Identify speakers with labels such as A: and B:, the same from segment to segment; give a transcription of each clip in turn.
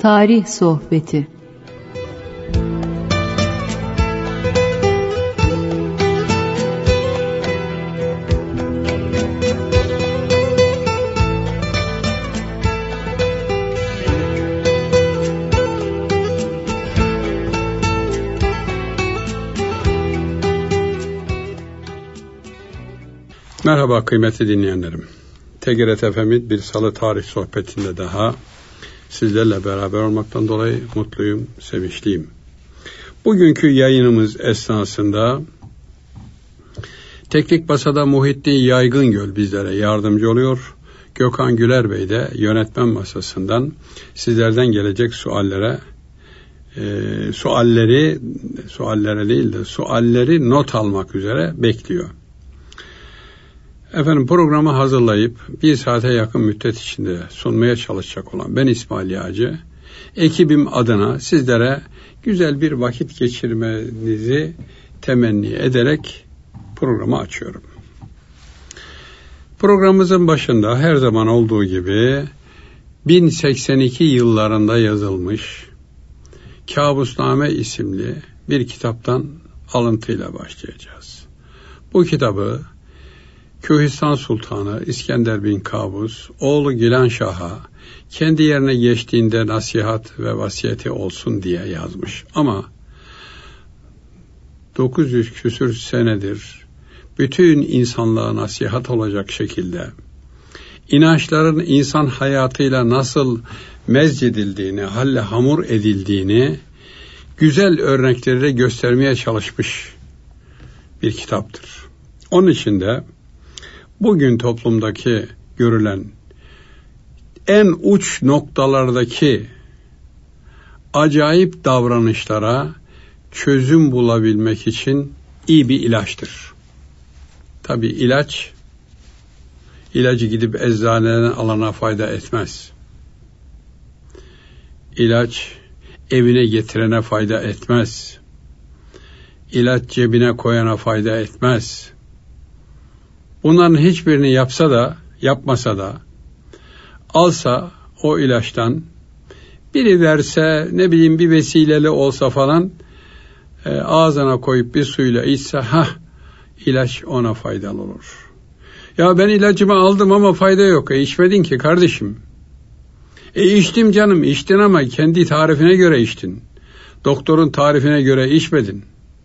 A: Tarih Sohbeti.
B: Merhaba kıymetli dinleyenlerim. TGRT FM'in bir salı tarih sohbetinde daha sizlerle beraber olmaktan dolayı mutluyum, sevinçliyim. Bugünkü yayınımız esnasında Teknik Masa'da Muhittin Yaygıngöl bizlere yardımcı oluyor. Gökhan Güler Bey de yönetmen masasından sizlerden gelecek sualleri not almak üzere bekliyor. Efendim, programı hazırlayıp bir saate yakın müddet içinde sunmaya çalışacak olan ben İsmail Yağcı, ekibim adına sizlere güzel bir vakit geçirmenizi temenni ederek programı açıyorum. Programımızın başında her zaman olduğu gibi 1082 yıllarında yazılmış Kabusname isimli bir kitaptan alıntıyla başlayacağız. Bu kitabı Kühistan Sultanı İskender bin Kabus, oğlu Gilanşah'a kendi yerine geçtiğinde nasihat ve vasiyeti olsun diye yazmış. Ama 900 küsür senedir bütün insanlığa nasihat olacak şekilde inançların insan hayatıyla nasıl mezcedildiğini, halle hamur edildiğini güzel örnekleriyle göstermeye çalışmış bir kitaptır. Onun için de bugün toplumdaki görülen en uç noktalardaki acayip davranışlara çözüm bulabilmek için iyi bir ilaçtır. Tabii ilacı gidip eczaneden alana fayda etmez. İlaç evine getirene fayda etmez. İlaç cebine koyana fayda etmez. Bunların hiçbirini yapmasa da alsa o ilaçtan biri verse, bir vesileli olsa falan ağzına koyup bir suyla içse ilaç ona faydalı olur. Ya ben ilacımı aldım ama fayda yok. İçmedin ki kardeşim. İçtim canım, içtin ama kendi tarifine göre içtin. Doktorun tarifine göre içmedin.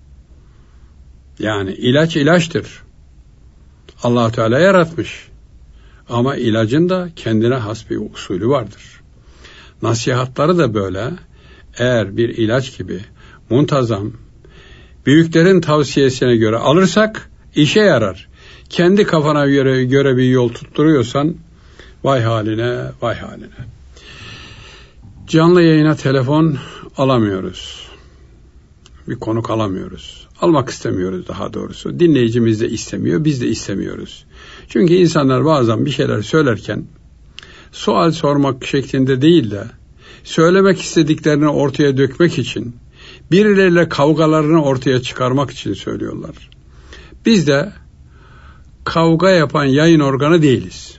B: Yani ilaç ilaçtır. Allah Teala yaratmış. Ama ilacın da kendine has bir usulü vardır. Nasihatları da böyle. Eğer bir ilaç gibi muntazam, büyüklerin tavsiyesine göre alırsak işe yarar. Kendi kafana göre bir yol tutturuyorsan vay haline, vay haline. Canlı yayına telefon alamıyoruz. Bir konuk alamıyoruz. Almak istemiyoruz daha doğrusu. Dinleyicimiz de istemiyor, biz de istemiyoruz. Çünkü insanlar bazen bir şeyler söylerken sual sormak şeklinde değil de söylemek istediklerini ortaya dökmek için, birileriyle kavgalarını ortaya çıkarmak için söylüyorlar. Biz de kavga yapan yayın organı değiliz.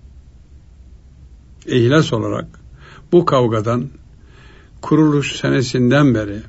B: İhlas olarak bu kavgadan kuruluş senesinden beri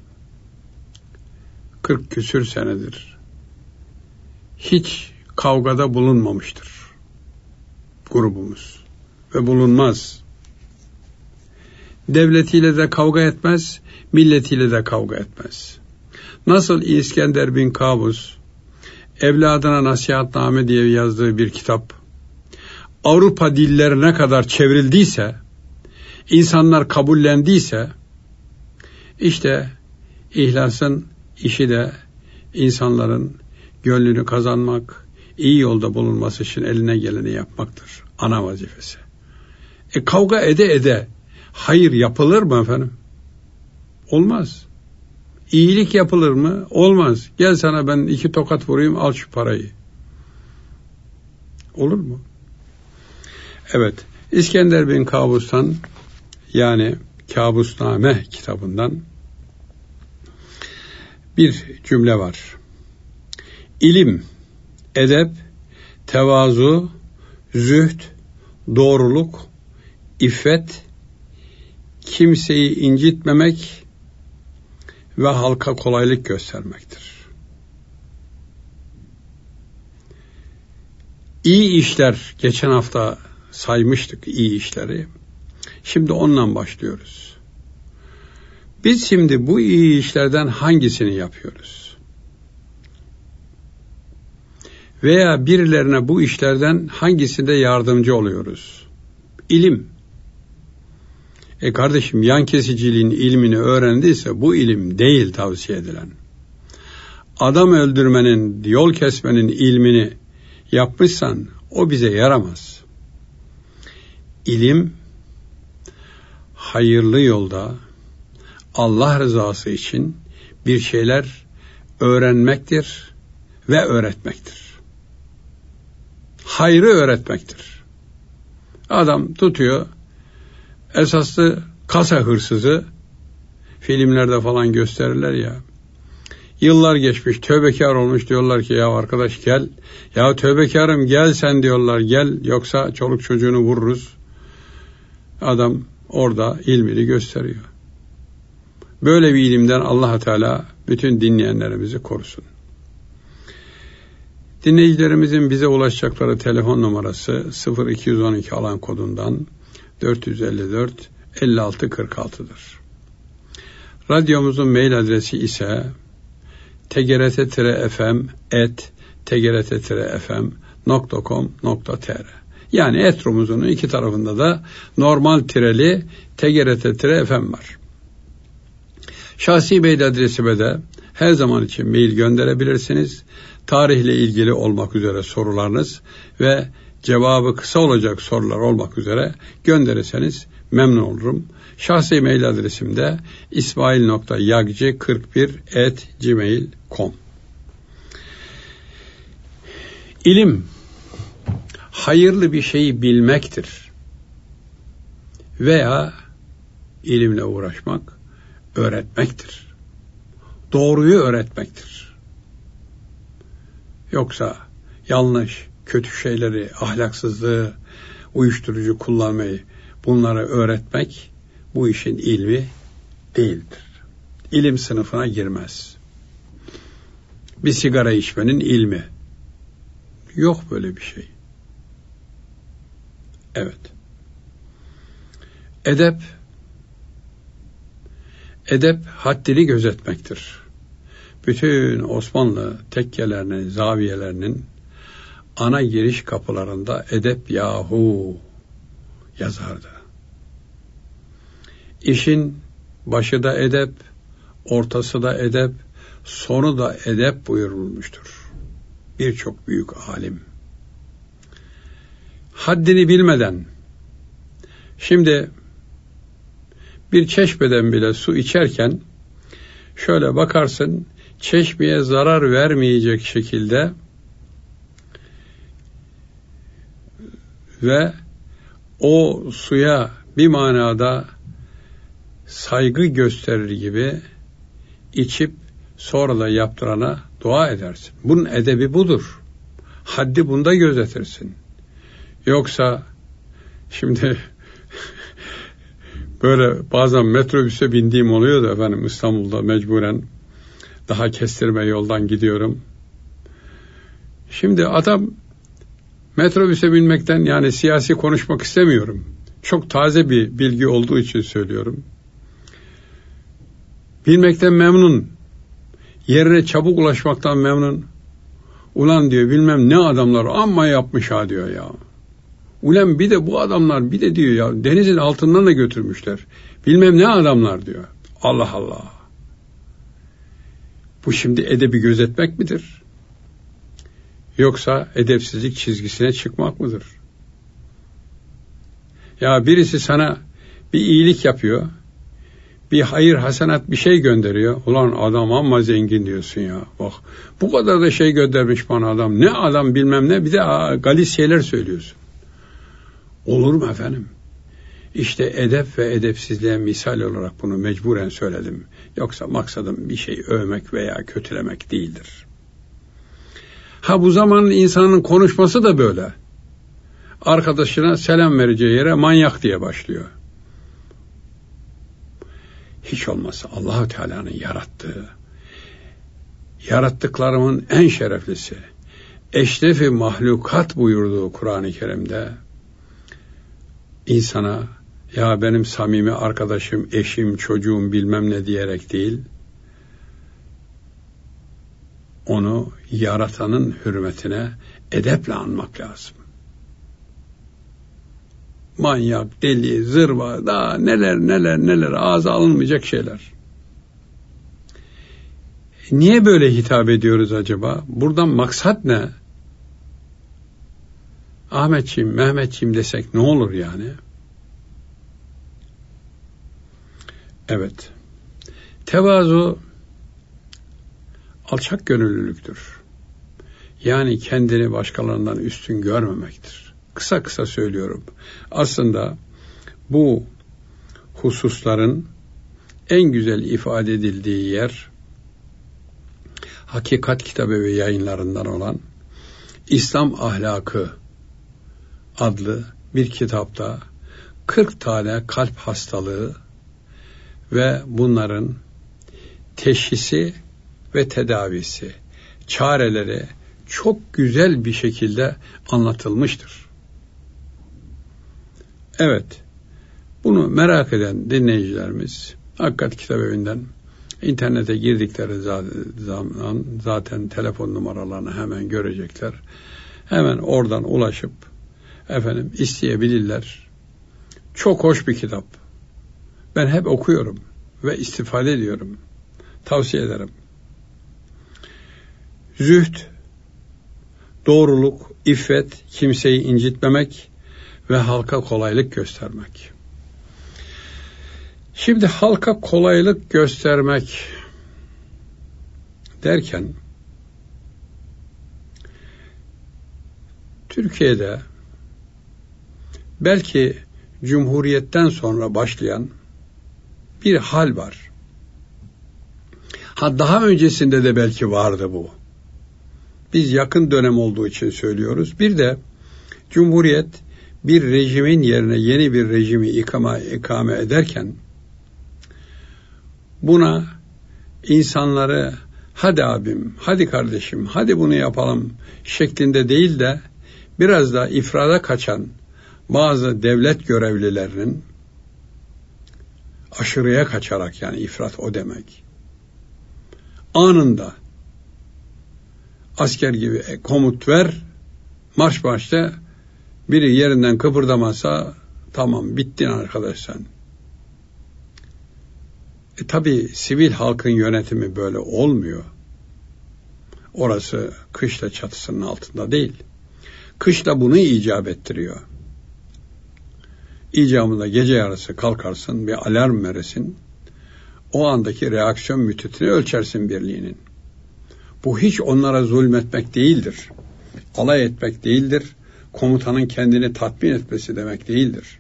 B: 40 küsür senedir hiç kavgada bulunmamıştır grubumuz ve bulunmaz. Devletiyle de kavga etmez, milletiyle de kavga etmez. Nasıl İskender bin Kabus evladına nasihatname diye yazdığı bir kitap Avrupa dillerine kadar çevrildiyse, insanlar kabullendiyse, işte ihlasın işi de insanların gönlünü kazanmak, iyi yolda bulunması için eline geleni yapmaktır. Ana vazifesi. Kavga ede hayır yapılır mı efendim? Olmaz. İyilik yapılır mı? Olmaz. Gel sana ben 2 tokat vurayım, al şu parayı. Olur mu? Evet. İskender bin Kabus'tan, yani Kabusname kitabından bir cümle var. İlim, edep, tevazu, zühd, doğruluk, iffet, kimseyi incitmemek ve halka kolaylık göstermektir. İyi işler, geçen hafta saymıştık iyi işleri. Şimdi ondan başlıyoruz. Biz şimdi bu iyi işlerden hangisini yapıyoruz? Veya birilerine bu işlerden hangisinde yardımcı oluyoruz? İlim. Kardeşim, yan kesiciliğin ilmini öğrendiyse bu ilim değil tavsiye edilen. Adam öldürmenin, yol kesmenin ilmini yapmışsan o bize yaramaz. İlim, hayırlı yolda Allah rızası için bir şeyler öğrenmektir ve öğretmektir. Hayrı öğretmektir. Adam tutuyor, esaslı kasa hırsızı, filmlerde falan gösterirler ya, yıllar geçmiş, tövbekar olmuş, diyorlar ki ya arkadaş gel, ya tövbekarım gel sen diyorlar, gel yoksa çoluk çocuğunu vururuz. Adam orada ilmini gösteriyor. Böyle bir ilimden Allah Teala bütün dinleyenlerimizi korusun. Dinleyicilerimizin bize ulaşacakları telefon numarası 0212 alan kodundan 454 56 46'dır. Radyomuzun mail adresi ise tgrt-fm@tgrt-fm.com.tr. Yani etrumuzun iki tarafında da normal tireli tgrt-fm var. Şahsi mail adresime de her zaman için mail gönderebilirsiniz. Tarihle ilgili olmak üzere sorularınız ve cevabı kısa olacak sorular olmak üzere gönderirseniz memnun olurum. Şahsi mail adresim de ismail.yagci41@gmail.com. İlim, hayırlı bir şeyi bilmektir. Veya ilimle uğraşmak, öğretmektir. Doğruyu öğretmektir. Yoksa yanlış, kötü şeyleri, ahlaksızlığı, uyuşturucu kullanmayı, bunları öğretmek bu işin ilmi değildir. İlim sınıfına girmez. Bir sigara içmenin ilmi. Yok böyle bir şey. Evet. Edep haddini gözetmektir. Bütün Osmanlı tekkelerinin, zaviyelerinin ana giriş kapılarında edep yahu yazardı. İşin başı da edep, ortası da edep, sonu da edep buyurulmuştur. Birçok büyük alim. Haddini bilmeden, şimdi bir çeşmeden bile su içerken şöyle bakarsın, çeşmeye zarar vermeyecek şekilde ve o suya bir manada saygı gösterir gibi içip sonra da yaptırana dua edersin. Bunun edebi budur. Haddi bunda gözetirsin. Yoksa şimdi böyle bazen metrobüse bindiğim oluyor da efendim, İstanbul'da mecburen daha kestirme yoldan gidiyorum. Şimdi adam metrobüse binmekten, yani siyasi konuşmak istemiyorum. Çok taze bir bilgi olduğu için söylüyorum. Bilmekten memnun. Yerine çabuk ulaşmaktan memnun. Ulan diyor, bilmem ne adamlar amma yapmış ha diyor ya. Ulan bir de bu adamlar bir de diyor ya, denizin altından da götürmüşler. Bilmem ne adamlar diyor. Allah Allah. Bu şimdi edebi gözetmek midir? Yoksa edepsizlik çizgisine çıkmak mıdır? Ya birisi sana bir iyilik yapıyor, bir hayır hasenat bir şey gönderiyor. Ulan adam amma zengin diyorsun ya. Bak bu kadar da şey göndermiş bana adam. Ne adam bilmem ne, bir de galis şeyler söylüyorsun. Olur mu efendim? İşte edep ve edepsizliğe misal olarak bunu mecburen söyledim. Yoksa maksadım bir şey övmek veya kötülemek değildir. Ha, bu zamanın insanın konuşması da böyle. Arkadaşına selam vereceği yere manyak diye başlıyor. hiç olmazsa Allah-u Teala'nın yarattığı, yarattıklarımın en şereflisi, eşrefi mahlukat buyurduğu Kur'an-ı Kerim'de insana ya benim samimi arkadaşım, eşim, çocuğum bilmem ne diyerek değil, onu yaratanın hürmetine edeple anmak lazım. Manyak, deli, zırva, daha neler ağza alınmayacak şeyler. Niye böyle hitap ediyoruz acaba? Buradan maksat ne? Ahmetciğim, Mehmetciğim desek ne olur yani? Evet. Tevazu alçak gönüllülüktür. Yani kendini başkalarından üstün görmemektir. Kısa söylüyorum. Aslında bu hususların en güzel ifade edildiği yer Hakikat Kitabı ve yayınlarından olan İslam Ahlakı adlı bir kitapta 40 tane kalp hastalığı ve bunların teşhisi ve tedavisi, çareleri çok güzel bir şekilde anlatılmıştır. Evet, bunu merak eden dinleyicilerimiz Hakikat Kitabevi'nden internete girdikleri zaman zaten telefon numaralarını hemen görecekler. Hemen oradan ulaşıp isteyebilirler. Çok hoş bir kitap. Ben hep okuyorum ve istifade ediyorum. Tavsiye ederim. Zühd, doğruluk, iffet, kimseyi incitmemek ve halka kolaylık göstermek. Şimdi halka kolaylık göstermek derken Türkiye'de belki Cumhuriyet'ten sonra başlayan bir hal var. Daha öncesinde de belki vardı bu. Biz yakın dönem olduğu için söylüyoruz. Bir de Cumhuriyet bir rejimin yerine yeni bir rejimi ikame ederken buna insanları hadi abim, hadi kardeşim, hadi bunu yapalım şeklinde değil de biraz da ifrada kaçan bazı devlet görevlilerinin aşırıya kaçarak, yani ifrat o demek, anında asker gibi komut ver, marş başla, biri yerinden kıpırdamazsa tamam bittin arkadaş sen. Tabii sivil halkın yönetimi böyle olmuyor. Orası kışla çatısının altında değil. Kışla bunu icap ettiriyor. İcabında gece yarısı kalkarsın, bir alarm veresin. O andaki reaksiyon müddetini ölçersin birliğinin. Bu hiç onlara zulmetmek değildir. Alay etmek değildir. Komutanın kendini tatmin etmesi demek değildir.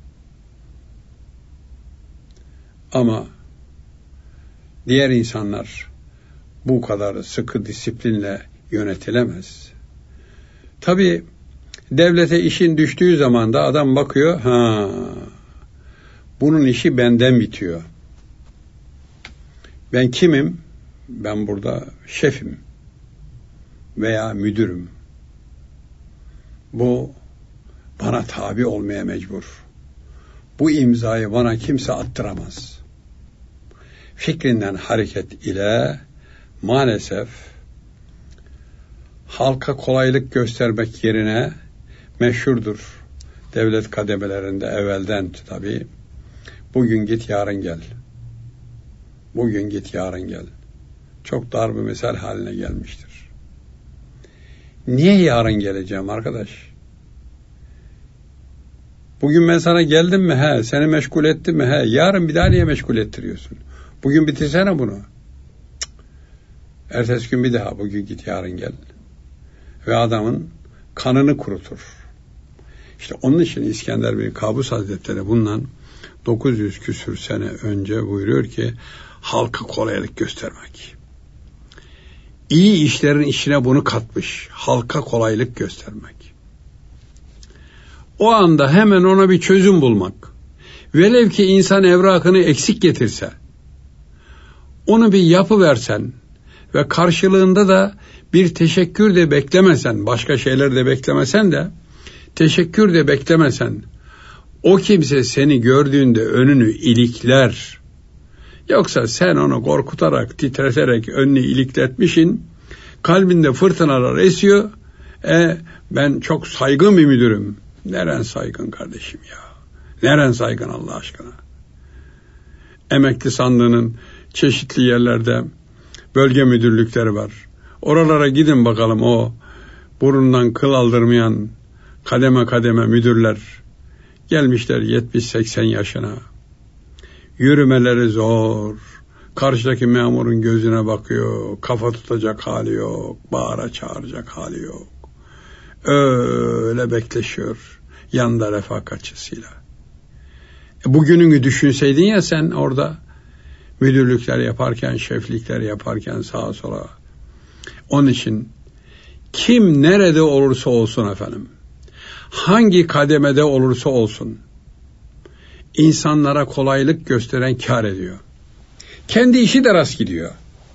B: Ama diğer insanlar bu kadar sıkı disiplinle yönetilemez. Tabii devlete işin düştüğü zaman da adam bakıyor, bunun işi benden bitiyor. Ben kimim? Ben burada şefim veya müdürüm. Bu bana tabi olmaya mecbur. Bu imzayı bana kimse attıramaz. Fikrinden hareket ile maalesef halka kolaylık göstermek yerine meşhurdur devlet kademelerinde evvelden tabii. Bugün git yarın gel. Bugün git yarın gel. Çok dar bir misal haline gelmiştir. Niye yarın geleceğim arkadaş? Bugün ben sana geldim mi? Seni meşgul ettim mi? Yarın bir daha niye meşgul ettiriyorsun? Bugün bitirsene bunu. Ertesi gün bir daha, bugün git yarın gel. Ve adamın kanını kurutur. İşte onun için İskender bin Kabus Hazretleri bundan 900 küsür sene önce buyuruyor ki halka kolaylık göstermek. İyi işlerin içine bunu katmış. Halka kolaylık göstermek. O anda hemen ona bir çözüm bulmak. Velev ki insan evrakını eksik getirse, onu bir yapıversen ve karşılığında da bir teşekkür de beklemesen, başka şeyler de beklemesen de, teşekkür de beklemesen, o kimse seni gördüğünde önünü ilikler. Yoksa sen onu korkutarak, titreterek önünü ilikletmişsin, kalbinde fırtınalar esiyor, ben çok saygın bir müdürüm. Neren saygın kardeşim ya? Neren saygın Allah aşkına? Emekli sandığının çeşitli yerlerde bölge müdürlükleri var. Oralara gidin bakalım, o burnundan kıl aldırmayan kademe kademe müdürler gelmişler 70-80 yaşına. Yürümeleri zor. Karşıdaki memurun gözüne bakıyor. Kafa tutacak hali yok. Bağıra çağıracak hali yok. Öyle bekleşiyor yanında refakatçisiyle. Bugününü düşünseydin ya sen orada, müdürlükler yaparken, şeflikler yaparken sağa sola. Onun için kim nerede olursa olsun efendim, hangi kademede olursa olsun, insanlara kolaylık gösteren kâr ediyor. Kendi işi de rast gidiyor.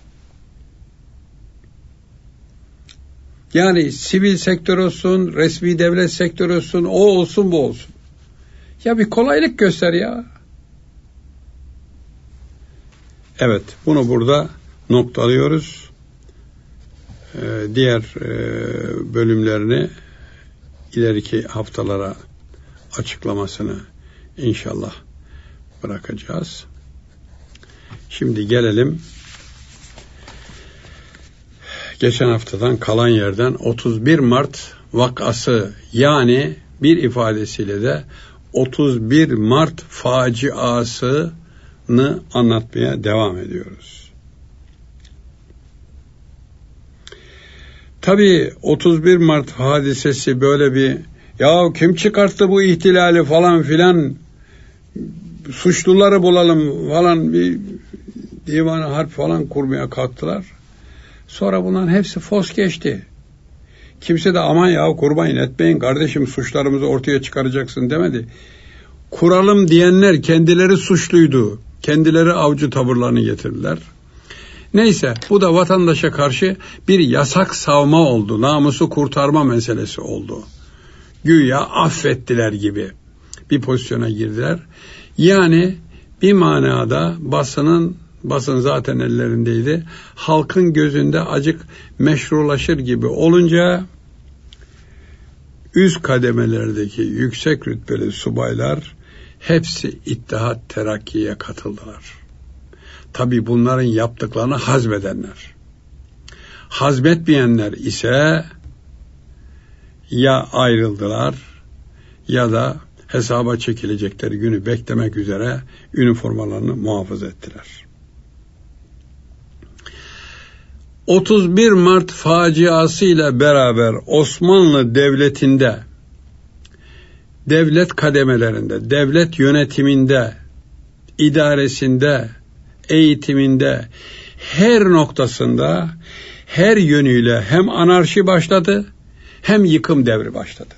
B: Yani sivil sektör olsun, resmi devlet sektörü olsun, o olsun bu olsun. Ya bir kolaylık göster ya. Evet, bunu burada noktalıyoruz. Diğer bölümlerini ileriki haftalara açıklamasını İnşallah bırakacağız. Şimdi gelelim geçen haftadan kalan yerden 31 Mart vakası, yani bir ifadesiyle de 31 Mart faciasını anlatmaya devam ediyoruz. Tabii 31 Mart hadisesi böyle bir, ya kim çıkarttı bu ihtilali falan filan, suçluları bulalım falan, bir divan-ı harp falan kurmaya kalktılar. Sonra bunların hepsi fos geçti. Kimse de aman ya kurban etmeyin kardeşim, suçlarımızı ortaya çıkaracaksın demedi. Kuralım diyenler kendileri suçluydu. Kendileri avcı tavırlarını getirdiler. Neyse, bu da vatandaşa karşı bir yasak savma oldu. Namusu kurtarma meselesi oldu. Güya affettiler gibi bir pozisyona girdiler. Yani bir manada basın zaten ellerindeydi. Halkın gözünde acık meşrulaşır gibi olunca üst kademelerdeki yüksek rütbeli subaylar hepsi İttihat Terakki'ye katıldılar. Tabii bunların yaptıklarını hazmedenler. Hazmetmeyenler ise ya ayrıldılar ya da hesaba çekilecekleri günü beklemek üzere üniformalarını muhafaza ettiler. 31 Mart faciası ile beraber Osmanlı Devleti'nde, devlet kademelerinde, devlet yönetiminde, idaresinde, eğitiminde, her noktasında, her yönüyle hem anarşi başladı, hem yıkım devri başladı.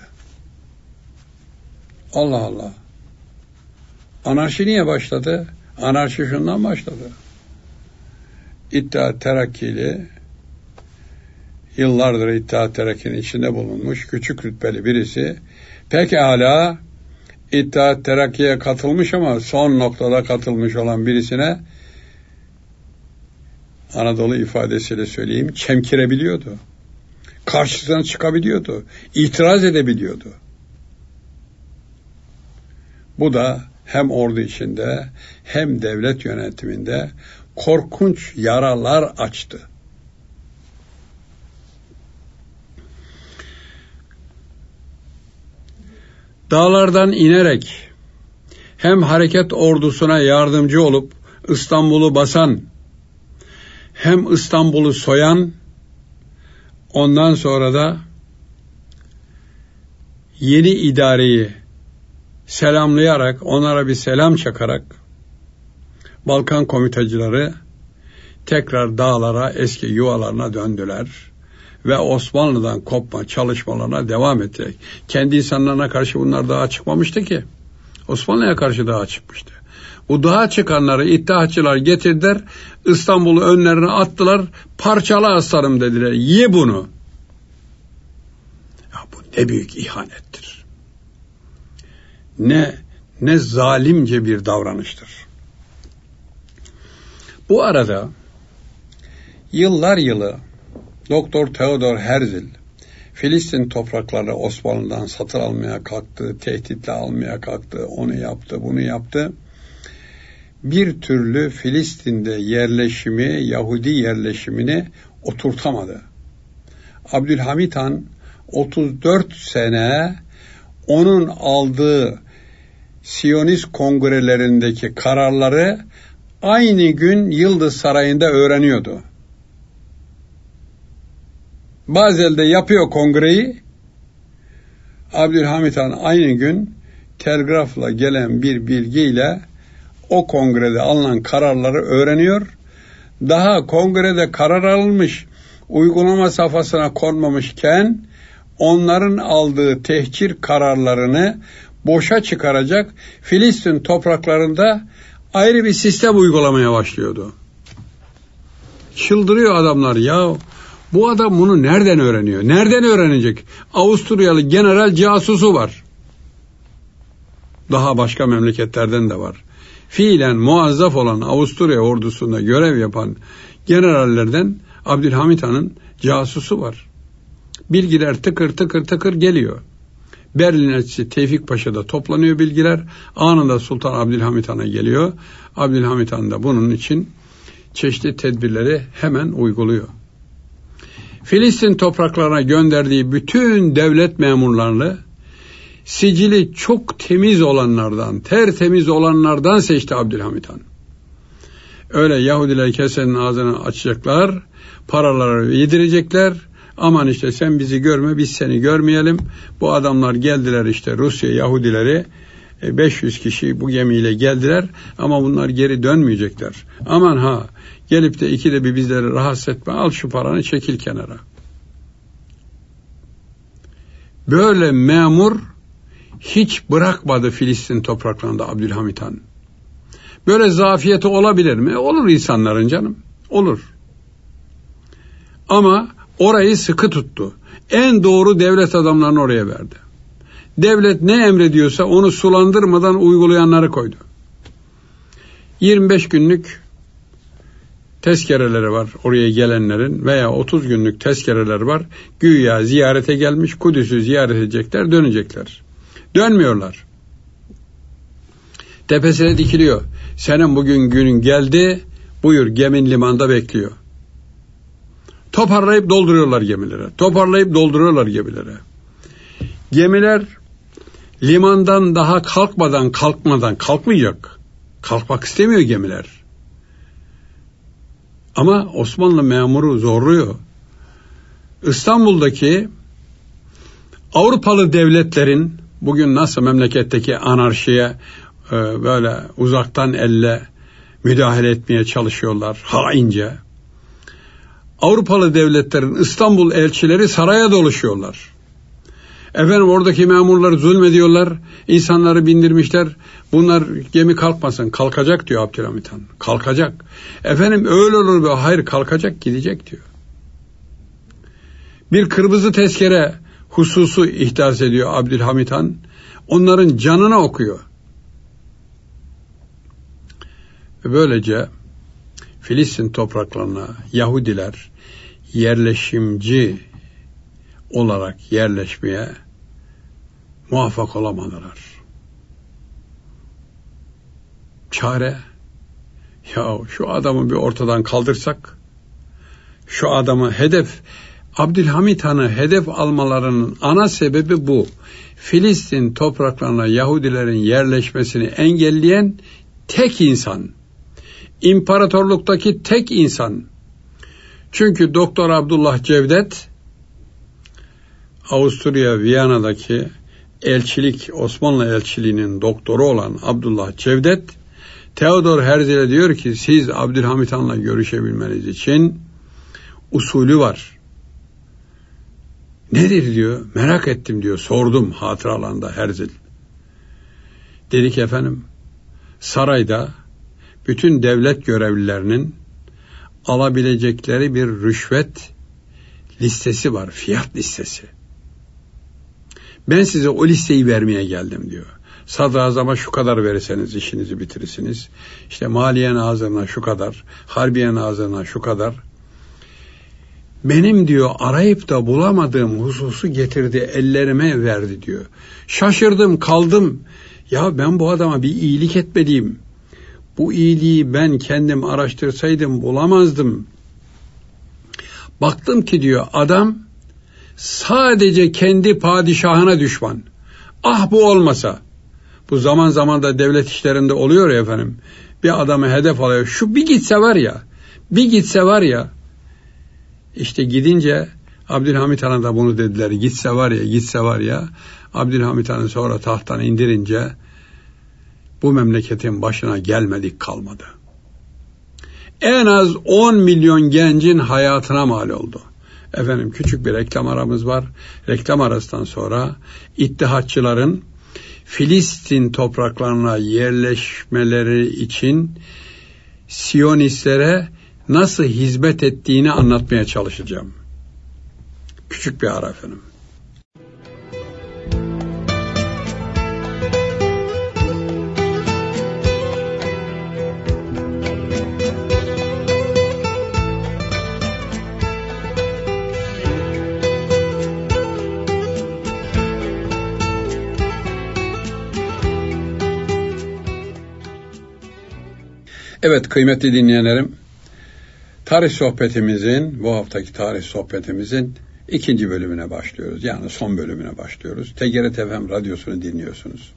B: Allah Allah. Anarşi niye başladı? Anarşi şundan başladı. İttihat Terakki'li, yıllardır İttihat Terakki'nin içinde bulunmuş küçük rütbeli birisi, pekala İttihat Terakki'ye katılmış ama son noktada katılmış olan birisine, Anadolu ifadesiyle söyleyeyim, çemkirebiliyordu. Karşısına çıkabiliyordu. İtiraz edebiliyordu. Bu da hem ordu içinde hem devlet yönetiminde korkunç yaralar açtı. Dağlardan inerek hem hareket ordusuna yardımcı olup İstanbul'u basan, hem İstanbul'u soyan, ondan sonra da yeni idareyi selamlayarak, onlara bir selam çakarak Balkan komitacıları tekrar dağlara, eski yuvalarına döndüler ve Osmanlı'dan kopma çalışmalarına devam ettiler. Kendi insanlarına karşı bunlar daha çıkmamıştı ki. Osmanlı'ya karşı daha çıkmıştı. O dağa çıkanları İttihatçılar getirdiler, İstanbul'u önlerine attılar, parçala aslanım dediler, ye bunu. Ya bu ne büyük ihanettir. Ne zalimce bir davranıştır. Bu arada yıllar yılı Doktor Theodor Herzl Filistin topraklarını Osmanlı'dan satın almaya kalktı, tehditle almaya kalktı, onu yaptı, bunu yaptı. Bir türlü Filistin'de yerleşimi, Yahudi yerleşimini oturtamadı. Abdülhamit Han 34 sene onun aldığı Siyonist kongrelerindeki kararları aynı gün Yıldız Sarayı'nda öğreniyordu. Bazel'de yapıyor kongreyi. Abdülhamit Han aynı gün telgrafla gelen bir bilgiyle o kongrede alınan kararları öğreniyor. Daha kongrede karar alınmış, uygulama safhasına konmamışken onların aldığı tehcir kararlarını boşa çıkaracak, Filistin topraklarında ayrı bir sistem uygulamaya başlıyordu. Çıldırıyor adamlar ya. Bu adam bunu nereden öğreniyor? Nereden öğrenecek? Avusturyalı general casusu var. Daha başka memleketlerden de var. Fiilen muazzaf olan Avusturya ordusunda görev yapan generallerden Abdülhamit Han'ın casusu var. Bilgiler tıkır tıkır tıkır geliyor. Berlin elçisi Tevfik Paşa'da toplanıyor bilgiler. Anında Sultan Abdülhamit Han'a geliyor. Abdülhamit Han da bunun için çeşitli tedbirleri hemen uyguluyor. Filistin topraklarına gönderdiği bütün devlet memurlarını sicili çok temiz olanlardan, tertemiz olanlardan seçti Abdülhamit Han. Öyle Yahudiler kesenin ağzını açacaklar, paraları yedirecekler. Aman işte sen bizi görme, biz seni görmeyelim. Bu adamlar geldiler işte Rusya Yahudileri 500 kişi bu gemiyle geldiler ama bunlar geri dönmeyecekler. Aman ha, gelip de ikide bir bizleri rahatsız etme, al şu paranı çekil kenara. Böyle memur hiç bırakmadı Filistin topraklarında Abdülhamit Han. Böyle zafiyeti olabilir mi? Olur insanların canım, olur. Ama orayı sıkı tuttu. En doğru devlet adamlarını oraya verdi. Devlet ne emrediyorsa onu sulandırmadan uygulayanları koydu. 25 günlük tezkereleri var oraya gelenlerin veya 30 günlük tezkereler var. Güya ziyarete gelmiş, Kudüs'ü ziyaret edecekler, dönecekler. Dönmüyorlar. Tepesine dikiliyor. Senin bugün günün geldi, buyur gemin limanda bekliyor. Toparlayıp dolduruyorlar gemilere. Toparlayıp dolduruyorlar gemilere. Gemiler limandan daha kalkmayacak. Kalkmak istemiyor gemiler. Ama Osmanlı memuru zorluyor. İstanbul'daki Avrupalı devletlerin bugün nasıl memleketteki anarşiye böyle uzaktan elle müdahale etmeye çalışıyorlar haince. Avrupalı devletlerin İstanbul elçileri saraya doluşuyorlar. Efendim oradaki memurlar zulmediyorlar, insanları bindirmişler. Bunlar gemi kalkmasın, kalkacak diyor Abdülhamit Han. Kalkacak. Efendim öyle olur be, hayır kalkacak, gidecek diyor. Bir kırmızı tezkere hususu ihdas ediyor Abdülhamit Han. Onların canına okuyor. Ve böylece Filistin topraklarına Yahudiler yerleşimci olarak yerleşmeye muvaffak olamadılar. Çare, ya şu adamı bir ortadan kaldırsak, şu adamı Abdülhamit Han'ı hedef almalarının ana sebebi bu. Filistin topraklarına Yahudilerin yerleşmesini engelleyen tek insan. İmparatorluktaki tek insan. Çünkü Doktor Abdullah Cevdet, Avusturya Viyana'daki Osmanlı elçiliğinin doktoru olan Abdullah Cevdet, Theodor Herzl'e diyor ki siz Abdülhamit Han'la görüşebilmeniz için usulü var. Nedir diyor, merak ettim diyor, sordum hatıralarında Herzl. Dedi ki efendim sarayda bütün devlet görevlilerinin alabilecekleri bir rüşvet listesi var, fiyat listesi. Ben size o listeyi vermeye geldim diyor. Sadrazama şu kadar verirseniz işinizi bitirirsiniz. İşte Maliye Nazırı'na şu kadar, Harbiye Nazırı'na şu kadar. Benim diyor arayıp da bulamadığım hususu getirdi, ellerime verdi diyor. Şaşırdım, kaldım. Ya ben bu adama bir iyilik etmeliyim. Bu iyiliği ben kendim araştırsaydım bulamazdım. Baktım ki diyor adam sadece kendi padişahına düşman. Ah bu olmasa. Bu zaman zaman da devlet işlerinde oluyor ya efendim. Bir adamı hedef alıyor. Şu bir gitse var ya. Bir gitse var ya. İşte gidince Abdülhamit Han'a da bunu dediler. Gitse var ya, gitse var ya. Abdülhamit Han'ı sonra tahttan indirince bu memleketin başına gelmedik kalmadı. En az 10 milyon gencin hayatına mal oldu. Efendim küçük bir reklam aramız var. Reklam arasından sonra İttihatçıların Filistin topraklarına yerleşmeleri için Siyonistlere nasıl hizmet ettiğini anlatmaya çalışacağım. Küçük bir ara efendim. Evet kıymetli dinleyenlerim, tarih sohbetimizin, bu haftaki tarih sohbetimizin 2. bölümüne başlıyoruz. Yani son bölümüne başlıyoruz. TGRT FM radyosunu dinliyorsunuz.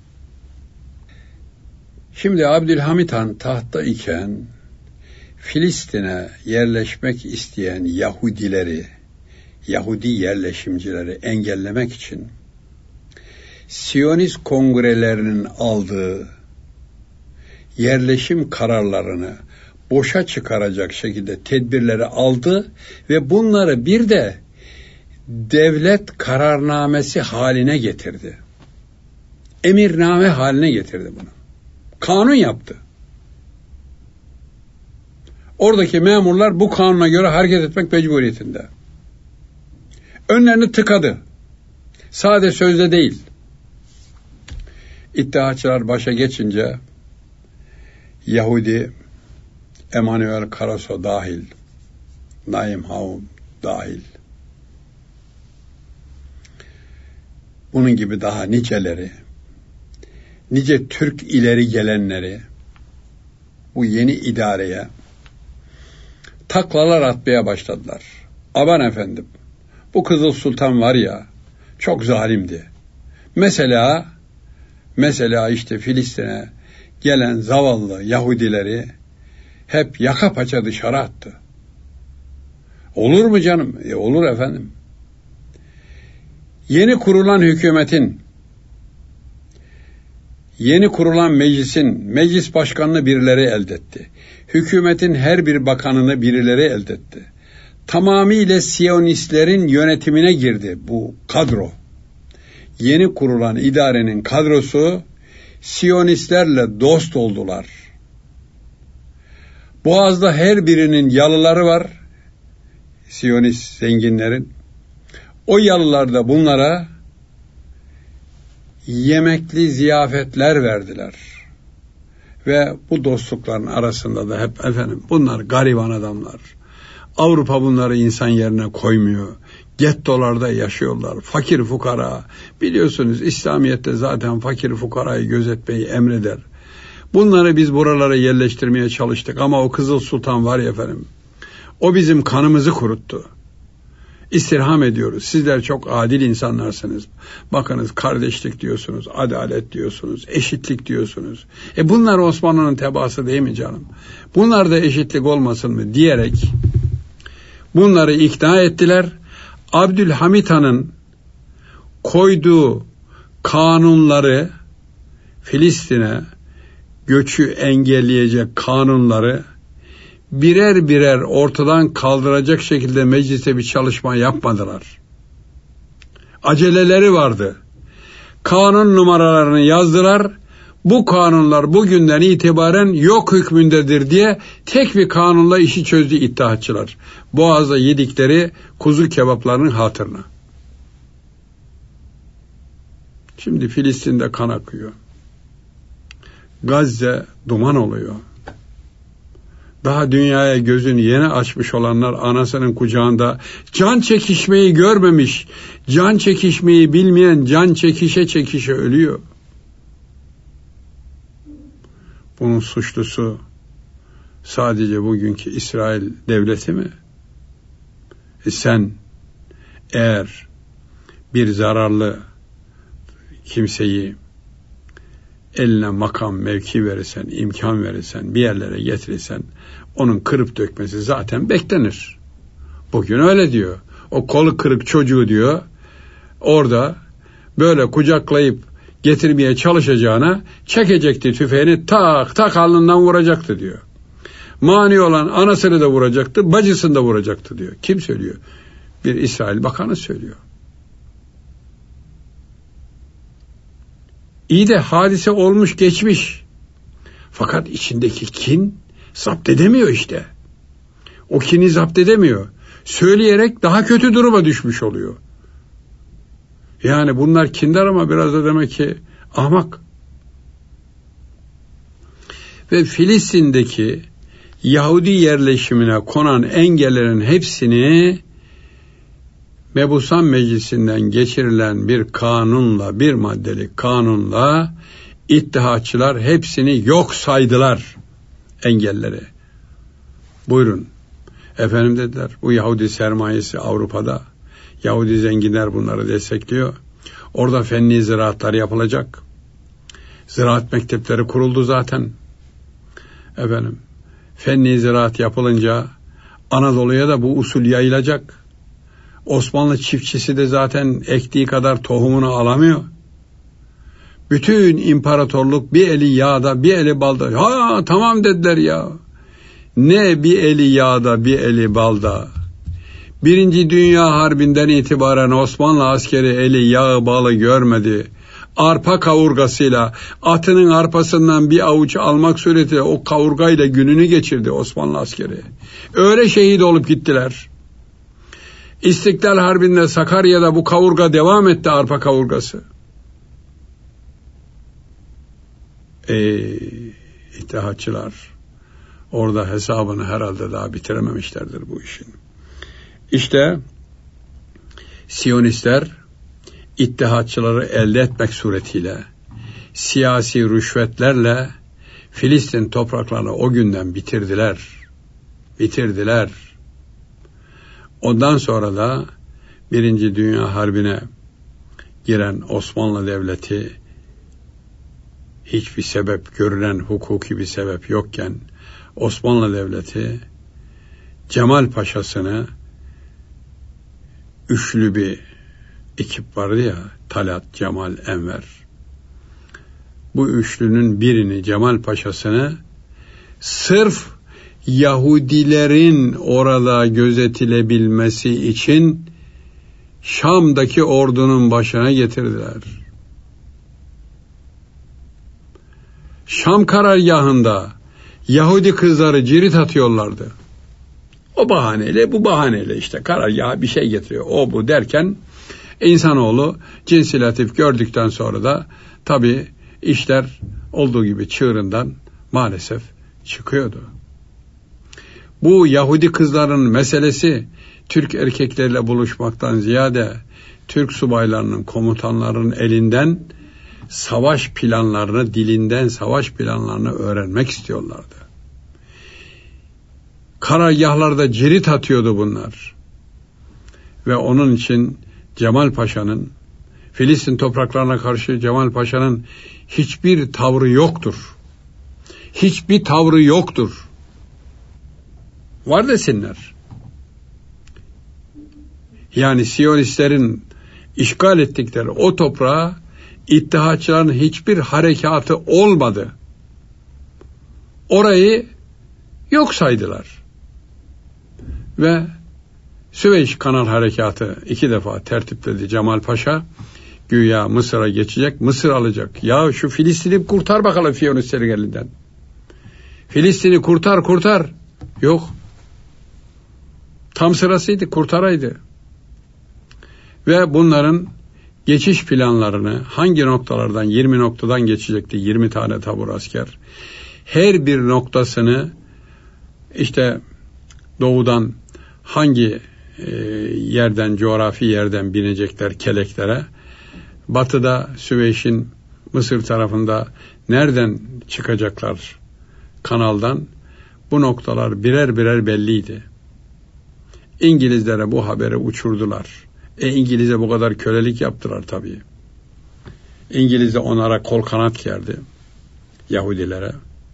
B: Şimdi Abdülhamit Han tahtta iken Filistin'e yerleşmek isteyen Yahudi yerleşimcileri engellemek için Siyonist kongrelerinin aldığı yerleşim kararlarını boşa çıkaracak şekilde tedbirleri aldı ve bunları bir de devlet kararnamesi haline getirdi. Emirname haline getirdi bunu. Kanun yaptı. Oradaki memurlar bu kanuna göre hareket etmek mecburiyetinde. Önlerini tıkadı. Sade sözde değil. İttihatçılar başa geçince Yahudi Emanuel Karaso dahil, Naim Havum dahil, bunun gibi daha niceleri, nice Türk ileri gelenleri bu yeni idareye taklalar atmaya başladılar. Aman efendim, bu Kızıl Sultan var ya, çok zalimdi. Mesela işte Filistin'e gelen zavallı Yahudileri hep yaka paça dışarı attı. Olur mu canım? Olur efendim. Yeni kurulan hükümetin, yeni kurulan meclis başkanını birileri elde etti. Hükümetin her bir bakanını birileri elde etti. Tamamıyla Siyonistlerin yönetimine girdi bu kadro. Yeni kurulan idarenin kadrosu Siyonistlerle dost oldular. Boğaz'da her birinin yalıları var. Siyonist zenginlerin. O yalılarda bunlara yemekli ziyafetler verdiler. Ve bu dostlukların arasında da hep efendim bunlar gariban adamlar. Avrupa bunları insan yerine koymuyor. Gettolarda yaşıyorlar. Fakir fukara. Biliyorsunuz İslamiyet'te zaten fakir fukarayı gözetmeyi emreder. Bunları biz buralara yerleştirmeye çalıştık ama o Kızıl Sultan var ya efendim. O bizim kanımızı kuruttu. İstirham ediyoruz. Sizler çok adil insanlarsınız. Bakınız kardeşlik diyorsunuz, adalet diyorsunuz, eşitlik diyorsunuz. Bunlar Osmanlı'nın tebaası değil mi canım? Bunlar da eşitlik olmasın mı diyerek bunları ikna ettiler. Abdülhamit Han'ın koyduğu kanunları, Filistin'e göçü engelleyecek kanunları birer birer ortadan kaldıracak şekilde mecliste bir çalışma yapmadılar. Aceleleri vardı. Kanun numaralarını yazdılar. bu kanunlar bugünden itibaren yok hükmündedir diye tek bir kanunla işi çözdü İttihatçılar. Boğaz'da yedikleri kuzu kebaplarının hatırına. Şimdi Filistin'de kan akıyor. Gazze duman oluyor. Daha dünyaya gözünü yeni açmış olanlar anasının kucağında can çekişmeyi görmemiş, can çekişmeyi bilmeyen can çekişe çekişe ölüyor. Bunun suçlusu sadece bugünkü İsrail devleti mi? Sen eğer bir zararlı kimseyi eline makam, mevki verirsen, imkan verirsen, bir yerlere getirirsen, onun kırıp dökmesi zaten beklenir. Bugün öyle diyor. O kolu kırık çocuğu diyor, orada böyle kucaklayıp getirmeye çalışacağına çekecekti tüfeğini, tak alnından vuracaktı diyor. Mani olan anasını da vuracaktı, bacısını da vuracaktı diyor. Kim söylüyor? Bir İsrail bakanı söylüyor. İyi de hadise olmuş geçmiş. Fakat içindeki kin zapt edemiyor işte. O kini zapt edemiyor. Söyleyerek daha kötü duruma düşmüş oluyor. Yani bunlar kindar ama biraz da demek ki ahmak. Ve Filistin'deki Yahudi yerleşimine konan engellerin hepsini Mebusan Meclisi'nden geçirilen bir kanunla, bir maddelik kanunla İttihatçılar hepsini yok saydılar, engelleri. Buyurun. Efendim dediler, bu Yahudi sermayesi Avrupa'da. Yahudi zenginler bunları destekliyor. Orada fenni ziraatlar yapılacak. Ziraat mektepleri kuruldu zaten. Efendim, fenni ziraat yapılınca Anadolu'ya da bu usul yayılacak. Osmanlı çiftçisi de zaten ektiği kadar tohumunu alamıyor. Bütün imparatorluk bir eli yağda, bir eli balda. Ha tamam dediler ya. Ne bir eli yağda, bir eli balda. Birinci Dünya Harbi'nden itibaren Osmanlı askeri eli yağı balı görmedi. Arpa kavurgasıyla, atının arpasından bir avuç almak suretiyle o kavurgayla gününü geçirdi Osmanlı askeri. Öyle şehit olup gittiler. İstiklal Harbi'nde Sakarya'da bu kavurga devam etti, arpa kavurgası. İttihatçılar orada hesabını herhalde daha bitirememişlerdir bu işin. İşte Siyonistler İttihatçıları elde etmek suretiyle siyasi rüşvetlerle Filistin topraklarını o günden bitirdiler. Ondan sonra da Birinci Dünya Harbi'ne giren Osmanlı Devleti hiçbir sebep, görülen hukuki bir sebep yokken Osmanlı Devleti Cemal Paşa'sını, üçlü bir ekip vardı ya, Talat, Cemal, Enver. Bu üçlünün birini, Cemal Paşa'sını sırf Yahudilerin orada gözetilebilmesi için Şam'daki ordunun başına getirdiler. Şam karargahında Yahudi kızları cirit atıyorlardı. O bahaneyle, bu bahaneyle işte karargaha bir şey getiriyor. O bu derken insanoğlu cinsi latif gördükten sonra da tabii işler olduğu gibi çığırından maalesef çıkıyordu. Bu Yahudi kızların meselesi Türk erkeklerle buluşmaktan ziyade Türk subaylarının, komutanların elinden savaş planlarını, dilinden savaş planlarını öğrenmek istiyorlardı. Karargahlarda cirit atıyordu bunlar. Ve onun için Cemal Paşa'nın, Filistin topraklarına karşı Cemal Paşa'nın hiçbir tavrı yoktur. Hiçbir tavrı yoktur. Var desinler. Yani Siyonistlerin işgal ettikleri o toprağa İttihatçıların hiçbir harekatı olmadı. Orayı yok saydılar. Ve Süveyş Kanal Harekatı 2 defa tertipledi Cemal Paşa. Güya Mısır'a geçecek, Mısır alacak. Ya şu Filistin'i kurtar bakalım Fiyonislerin elinden. Filistin'i kurtar. Yok. Tam sırasıydı, kurtaraydı. Ve bunların geçiş planlarını hangi noktalardan, 20 noktadan geçecekti, 20 tane tabur asker. Her bir noktasını işte doğudan hangi yerden, coğrafi yerden binecekler keleklere, batıda Süveyş'in Mısır tarafında nereden çıkacaklar kanaldan, bu noktalar birer birer belliydi. İngilizlere bu haberi uçurdular. İngiliz'e bu kadar kölelik yaptılar tabii. İngiliz de onlara kol kanat gerdi, Yahudilere.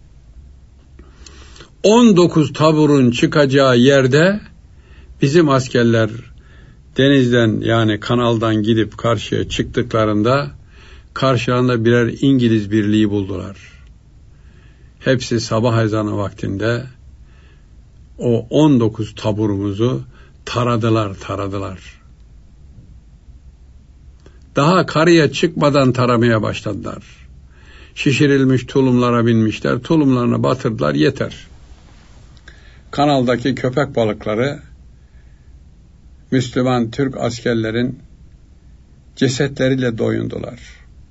B: 19 taburun çıkacağı yerde bizim askerler denizden, yani kanaldan gidip karşıya çıktıklarında karşılarında birer İngiliz birliği buldular. Hepsi sabah ezanı vaktinde o 19 taburumuzu taradılar. Daha karaya çıkmadan taramaya başladılar. Şişirilmiş tulumlara binmişler, tulumlarına batırdılar, yeter. Kanaldaki köpek balıkları Müslüman Türk askerlerin cesetleriyle doyundular.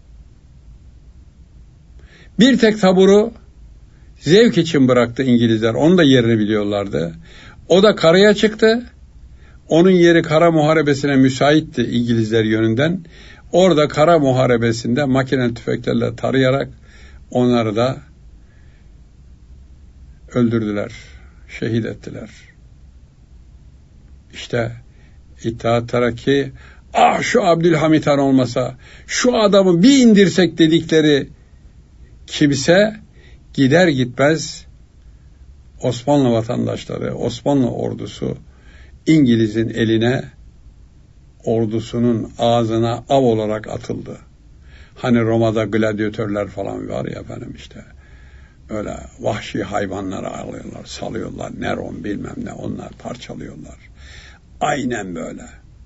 B: Bir tek taburu zevk için bıraktı İngilizler. Onun da yerini biliyorlardı. O da karaya çıktı. Onun yeri kara muharebesine müsaitti İngilizler yönünden. Orada kara muharebesinde makineli tüfeklerle tarayarak onları da öldürdüler, şehit ettiler. İşte İttihat Terakki, şu Abdülhamit Han olmasa, şu adamı bir indirsek dedikleri kimse gider gitmez Osmanlı vatandaşları, Osmanlı ordusu İngiliz'in eline, ordusunun ağzına av olarak atıldı. Hani Roma'da gladyatörler falan var ya efendim, işte öyle vahşi hayvanları alıyorlar, salıyorlar, Neron bilmem ne, onlar parçalıyorlar. Aynen böyle.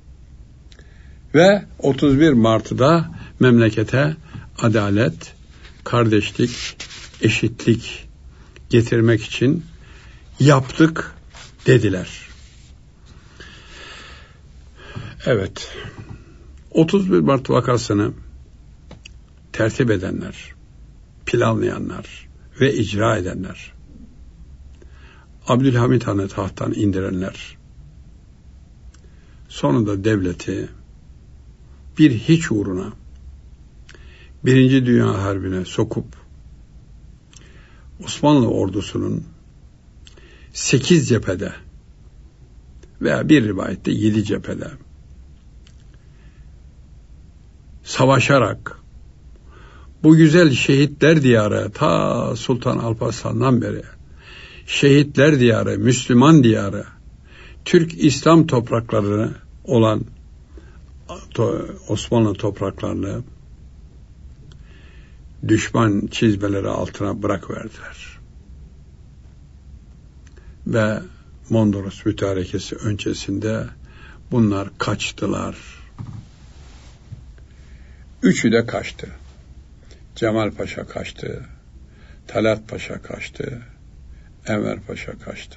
B: Ve 31 Mart'ta memlekete adalet, kardeşlik, eşitlik getirmek için yaptık dediler. Evet, 31 Mart vakasını tertip edenler, planlayanlar ve icra edenler, Abdülhamit Han'ı tahttan indirenler, sonunda devleti bir hiç uğruna Birinci Dünya Harbi'ne sokup Osmanlı ordusunun 8 cephede veya bir rivayette 7 cephede savaşarak bu güzel şehitler diyarı, ta Sultan Alparslan'dan beri şehitler diyarı, Müslüman diyarı, Türk İslam toprakları olan Osmanlı topraklarını düşman çizmeleri altına bırakıverdiler. Ve Mondros Mütarekesi öncesinde bunlar kaçtılar. Üçü de kaçtı. Cemal Paşa kaçtı, Talat Paşa kaçtı, Enver Paşa kaçtı.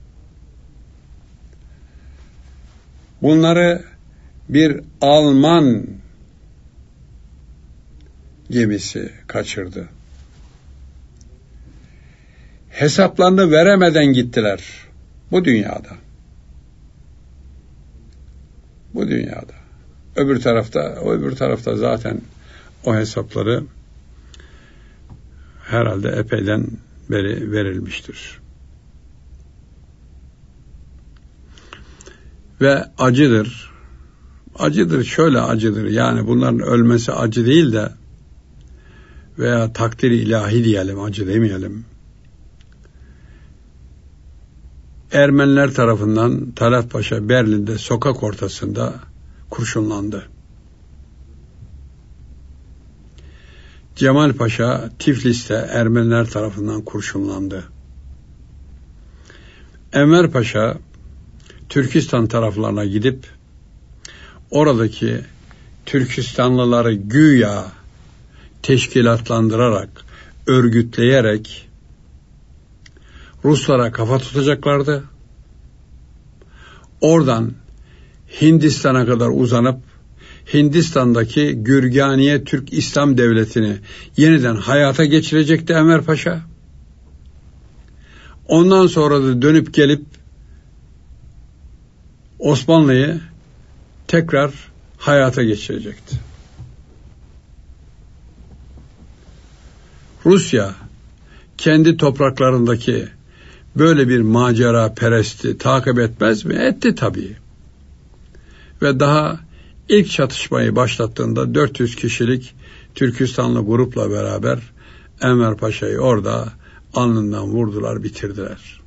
B: Bunları bir Alman gemisi kaçırdı. Hesaplarını veremeden gittiler bu dünyada. Bu dünyada. Öbür tarafta zaten o hesapları herhalde epeyden beri verilmiştir. Ve acıdır. Acıdır, şöyle acıdır. Yani bunların ölmesi acı değil de veya takdir-i ilahi diyelim, acı demeyelim. Ermeniler tarafından Talat Paşa Berlin'de sokak ortasında kurşunlandı. Cemal Paşa Tiflis'te Ermeniler tarafından kurşunlandı. Enver Paşa Türkistan taraflarına gidip oradaki Türkistanlıları güya teşkilatlandırarak, örgütleyerek Ruslara kafa tutacaklardı. Oradan Hindistan'a kadar uzanıp Hindistan'daki Gürganiye Türk İslam Devleti'ni yeniden hayata geçirecekti Enver Paşa. Ondan sonra da dönüp gelip Osmanlı'yı tekrar hayata geçirecekti. Rusya kendi topraklarındaki böyle bir macera peresti takip etmez mi? Etti tabii. Ve daha ilk çatışmayı başlattığında 400 kişilik Türkistanlı grupla beraber Enver Paşa'yı orada alnından vurdular, bitirdiler.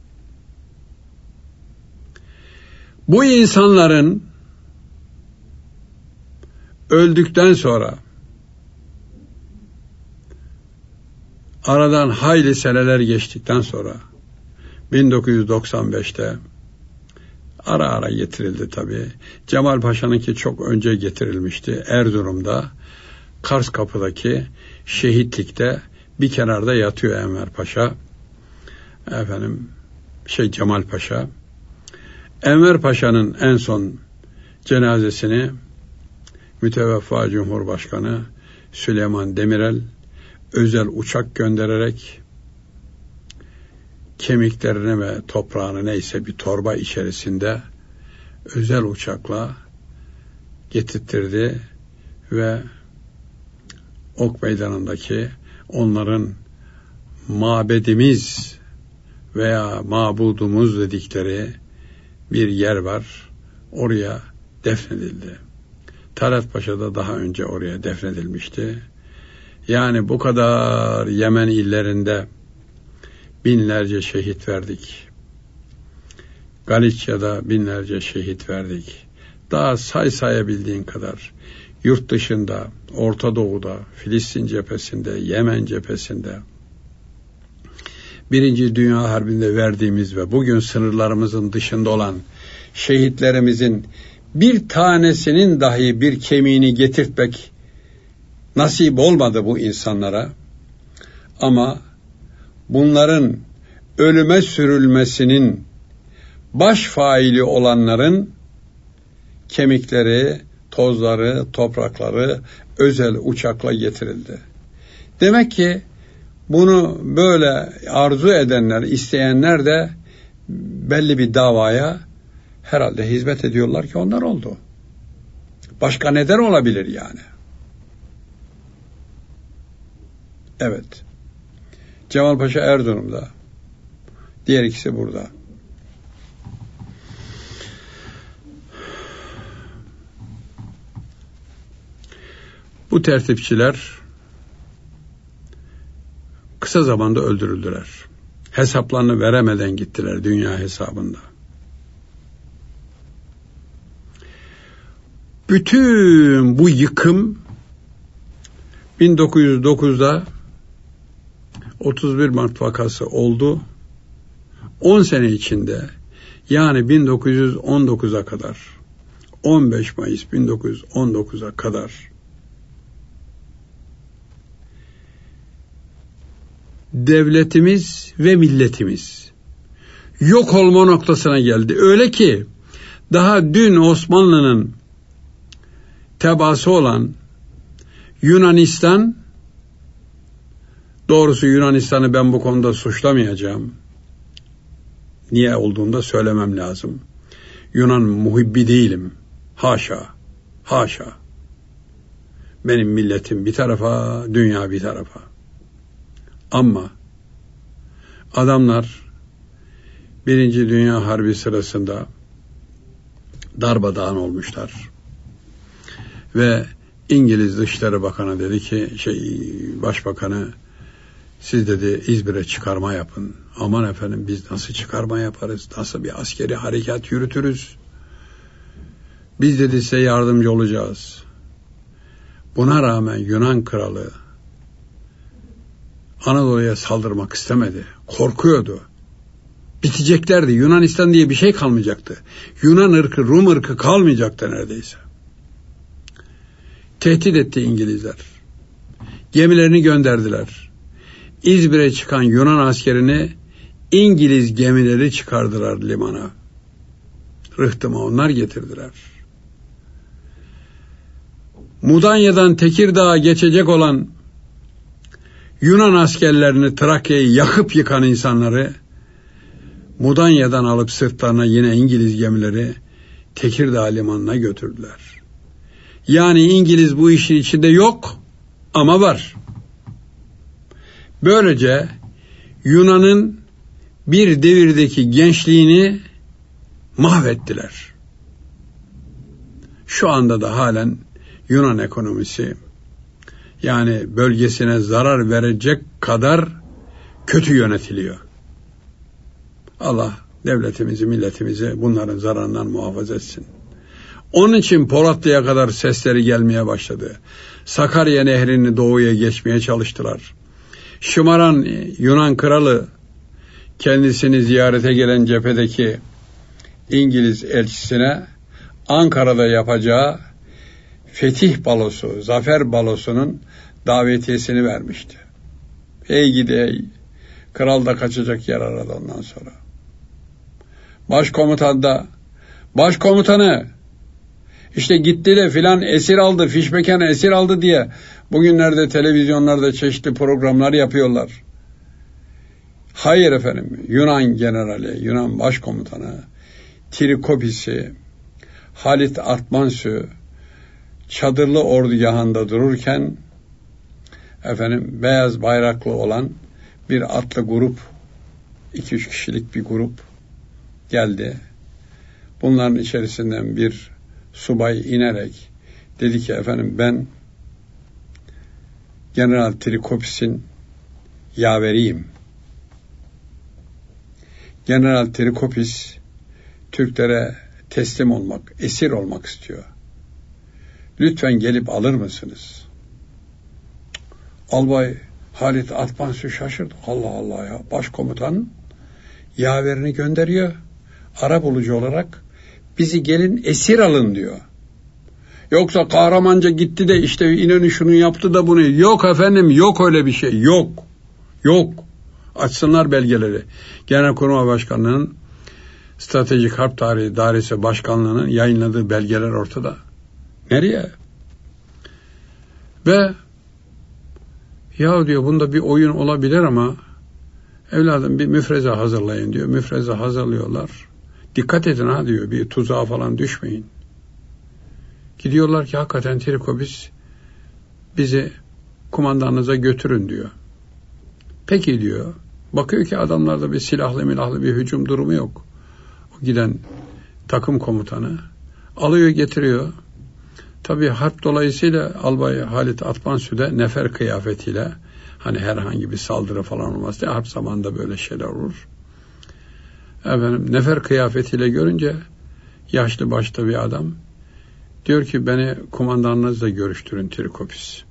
B: Bu insanların öldükten sonra aradan hayli seneler geçtikten sonra 1995'te ara getirildi tabii. Cemal Paşa'nınki çok önce getirilmişti. Erzurum'da Karskapı'daki şehitlikte bir kenarda yatıyor Enver Paşa. Cemal Paşa. Enver Paşa'nın en son cenazesini müteveffa Cumhurbaşkanı Süleyman Demirel özel uçak göndererek kemiklerini ve toprağını neyse bir torba içerisinde özel uçakla getirtirdi ve Ok Meydanı'ndaki onların mabedimiz veya mabudumuz dedikleri bir yer var. Oraya defnedildi. Talat Paşa da daha önce oraya defnedilmişti. Yani bu kadar Yemen illerinde binlerce şehit verdik. Galicia'da binlerce şehit verdik. Daha sayabildiğin kadar yurt dışında, Orta Doğu'da, Filistin cephesinde, Yemen cephesinde, Birinci Dünya Harbi'nde verdiğimiz ve bugün sınırlarımızın dışında olan şehitlerimizin bir tanesinin dahi bir kemiğini getirtmek nasip olmadı bu insanlara. Ama bunların ölüme sürülmesinin baş faili olanların kemikleri, tozları, toprakları özel uçakla getirildi. Demek ki bunu böyle arzu edenler, isteyenler de belli bir davaya herhalde hizmet ediyorlar ki onlar oldu. Başka neden olabilir yani? Evet. Cemal Paşa Erzurum'da. Diğer ikisi burada. Bu tertipçiler kısa zamanda öldürüldüler. Hesaplarını veremeden gittiler dünya hesabında. Bütün bu yıkım 1909'da 31 Mart vakası oldu. 10 sene içinde yani 1919'a kadar 15 Mayıs 1919'a kadar devletimiz ve milletimiz yok olma noktasına geldi. Öyle ki daha dün Osmanlı'nın tebaası olan Yunanistan, doğrusu Yunanistan'ı ben bu konuda suçlamayacağım. Niye olduğunu da söylemem lazım. Yunan muhibbi değilim. Haşa, haşa. Benim milletim bir tarafa, dünya bir tarafa. Ama adamlar Birinci Dünya Harbi sırasında darmadağın olmuşlar. Ve İngiliz Dışişleri Bakanı dedi ki, Başbakanı, siz dedi İzmir'e çıkarma yapın. Aman efendim biz nasıl çıkarma yaparız? Nasıl bir askeri harekat yürütürüz? Biz dedi size yardımcı olacağız. Buna rağmen Yunan kralı Anadolu'ya saldırmak istemedi. Korkuyordu. Biteceklerdi. Yunanistan diye bir şey kalmayacaktı. Yunan ırkı, Rum ırkı kalmayacaktı neredeyse. Tehdit etti İngilizler. Gemilerini gönderdiler. İzmir'e çıkan Yunan askerini İngiliz gemileri çıkardılar limana. Rıhtıma onlar getirdiler. Mudanya'dan Tekirdağ'a geçecek olan Yunan askerlerini, Trakya'yı yakıp yıkan insanları Mudanya'dan alıp sırtlarına yine İngiliz gemileri Tekirdağ limanına götürdüler. Yani İngiliz bu işin içinde yok ama var. Böylece Yunan'ın bir devirdeki gençliğini mahvettiler. Şu anda da halen Yunan ekonomisi, yani bölgesine zarar verecek kadar kötü yönetiliyor. Allah devletimizi, milletimizi bunların zararından muhafaza etsin. Onun için Polatlı'ya kadar sesleri gelmeye başladı. Sakarya Nehri'ni doğuya geçmeye çalıştılar. Şımaran Yunan kralı kendisini ziyarete gelen cephedeki İngiliz elçisine Ankara'da yapacağı fetih balosu, zafer balosunun davetiyesini vermişti. Hey gidi hey, kral da kaçacak yer aradı ondan sonra. Başkomutanı işte gitti de filan esir aldı, fişmeken esir aldı diye bugünlerde televizyonlarda çeşitli programlar yapıyorlar. Hayır efendim, Yunan generali, Yunan başkomutanı Trikopis'i, Halit Atmansü çadırlı ordugahında dururken efendim beyaz bayraklı olan bir atlı grup, 2-3 kişilik bir grup geldi. Bunların içerisinden bir subay inerek dedi ki efendim ben General Trikopis'in yaveriyim. General Trikopis Türklere teslim olmak, esir olmak istiyor. Lütfen gelip alır mısınız? Albay Halit Atmansü şaşırdı. Allah Allah ya, başkomutan yaverini gönderiyor. Arabulucu olarak bizi gelin esir alın diyor. Yoksa kahramanca gitti de işte İnönü şunu yaptı da bunu. Yok efendim, yok öyle bir şey. Yok. Açsınlar belgeleri. Genelkurmay Başkanlığı'nın Stratejik Harp Tarihi Dairesi Başkanlığı'nın yayınladığı belgeler ortada. Nereye? Ve ya diyor bunda bir oyun olabilir ama evladım bir müfreze hazırlayın diyor. Müfreze hazırlıyorlar. Dikkat edin ha diyor, bir tuzağa falan düşmeyin. Gidiyorlar ki hakikaten Trikopis bizi kumandanınıza götürün diyor. Peki diyor. Bakıyor ki adamlarda bir silahlı bir hücum durumu yok. O giden takım komutanı alıyor getiriyor. Tabii harp dolayısıyla Albay Halit Atmansü de nefer kıyafetiyle, hani herhangi bir saldırı falan olmaz diye, harp zamanında böyle şeyler olur. Efendim nefer kıyafetiyle görünce yaşlı başta bir adam diyor ki beni kumandanınızla görüştürün Trikopis.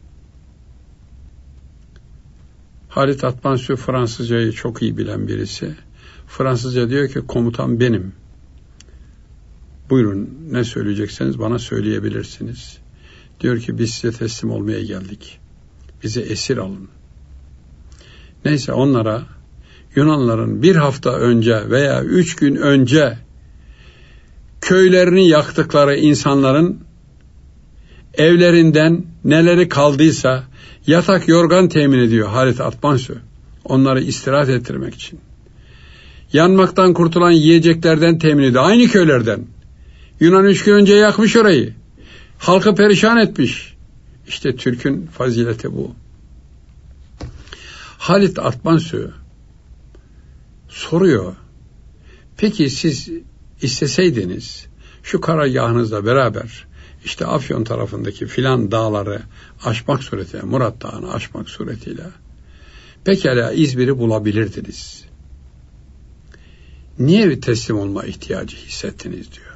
B: Halit Atmansü Fransızcayı çok iyi bilen birisi. Fransızca diyor ki komutan benim. Buyurun ne söyleyecekseniz bana söyleyebilirsiniz. Diyor ki biz size teslim olmaya geldik. Bizi esir alın. Neyse onlara Yunanların bir hafta önce veya 3 gün önce köylerini yaktıkları insanların evlerinden neleri kaldıysa yatak yorgan temin ediyor Halit Atmansü. Onları istirahat ettirmek için. Yanmaktan kurtulan yiyeceklerden temin ediyor. Aynı köylerden. Yunan 3 gün önce yakmış orayı. Halkı perişan etmiş. İşte Türk'ün fazileti bu. Halit Atmansü soruyor. Peki siz isteseydiniz şu karargahınızla beraber işte Afyon tarafındaki filan dağları aşmak suretiyle, Murat Dağı'nı aşmak suretiyle pekala İzmir'i bulabilirdiniz. Niye bir teslim olma ihtiyacı hissettiniz diyor.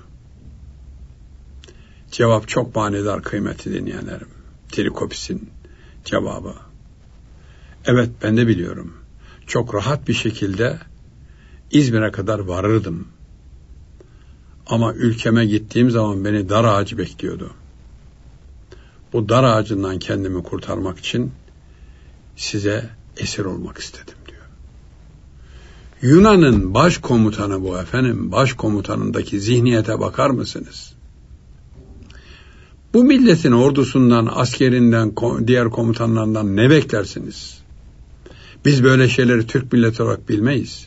B: Cevap çok manidar kıymetli dinleyenlerim. Trikopis'in cevabı. Evet ben de biliyorum. Çok rahat bir şekilde İzmir'e kadar varırdım. Ama ülkeme gittiğim zaman beni dar ağacı bekliyordu. bu dar ağacından kendimi kurtarmak için size esir olmak istedim diyor. Yunan'ın başkomutanı bu efendim. Başkomutanındaki zihniyete bakar mısınız? Bu milletin ordusundan, askerinden, diğer komutanlarından ne beklersiniz? Biz böyle şeyleri Türk milleti olarak bilmeyiz.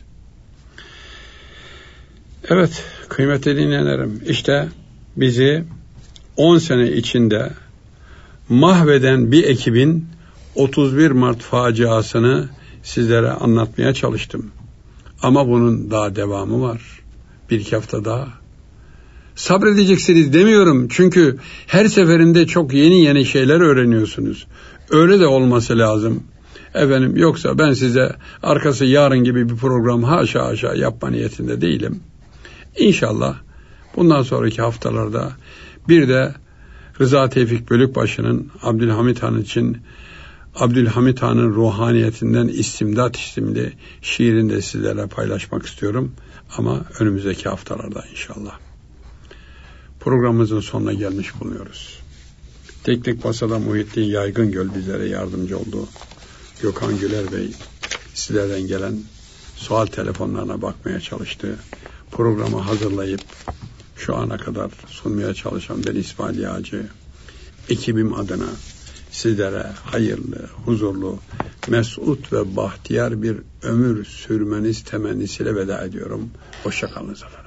B: Evet, kıymetli dinleyenlerim, işte bizi 10 sene içinde mahveden bir ekibin 31 Mart faciasını sizlere anlatmaya çalıştım. Ama bunun daha devamı var. Bir iki hafta daha. Sabredeceksiniz demiyorum. Çünkü her seferinde çok yeni şeyler öğreniyorsunuz. Öyle de olması lazım. Efendim, yoksa ben size arkası yarın gibi bir program haşa yapma niyetinde değilim. İnşallah bundan sonraki haftalarda bir de Rıza Tevfik Bölükbaşı'nın Abdülhamit Han için Abdülhamit Han'ın ruhaniyetinden İstimdat isimli şiirini de sizlerle paylaşmak istiyorum. Ama önümüzdeki haftalarda inşallah. Programımızın sonuna gelmiş bulunuyoruz. Teknik Masa'da Muhittin Yaygıngöl bizlere yardımcı oldu. Gökhan Güler Bey sizlerden gelen sual telefonlarına bakmaya çalıştı. Programı hazırlayıp şu ana kadar sunmaya çalışan ben İsmail Yağcı, ekibim adına sizlere hayırlı, huzurlu, mesut ve bahtiyar bir ömür sürmeniz temennisiyle veda ediyorum. Hoşça kalınız efendim.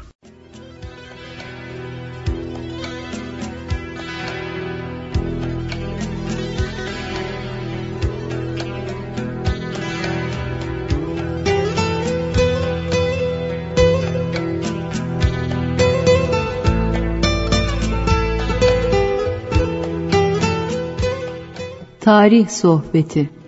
A: Tarih Sohbeti.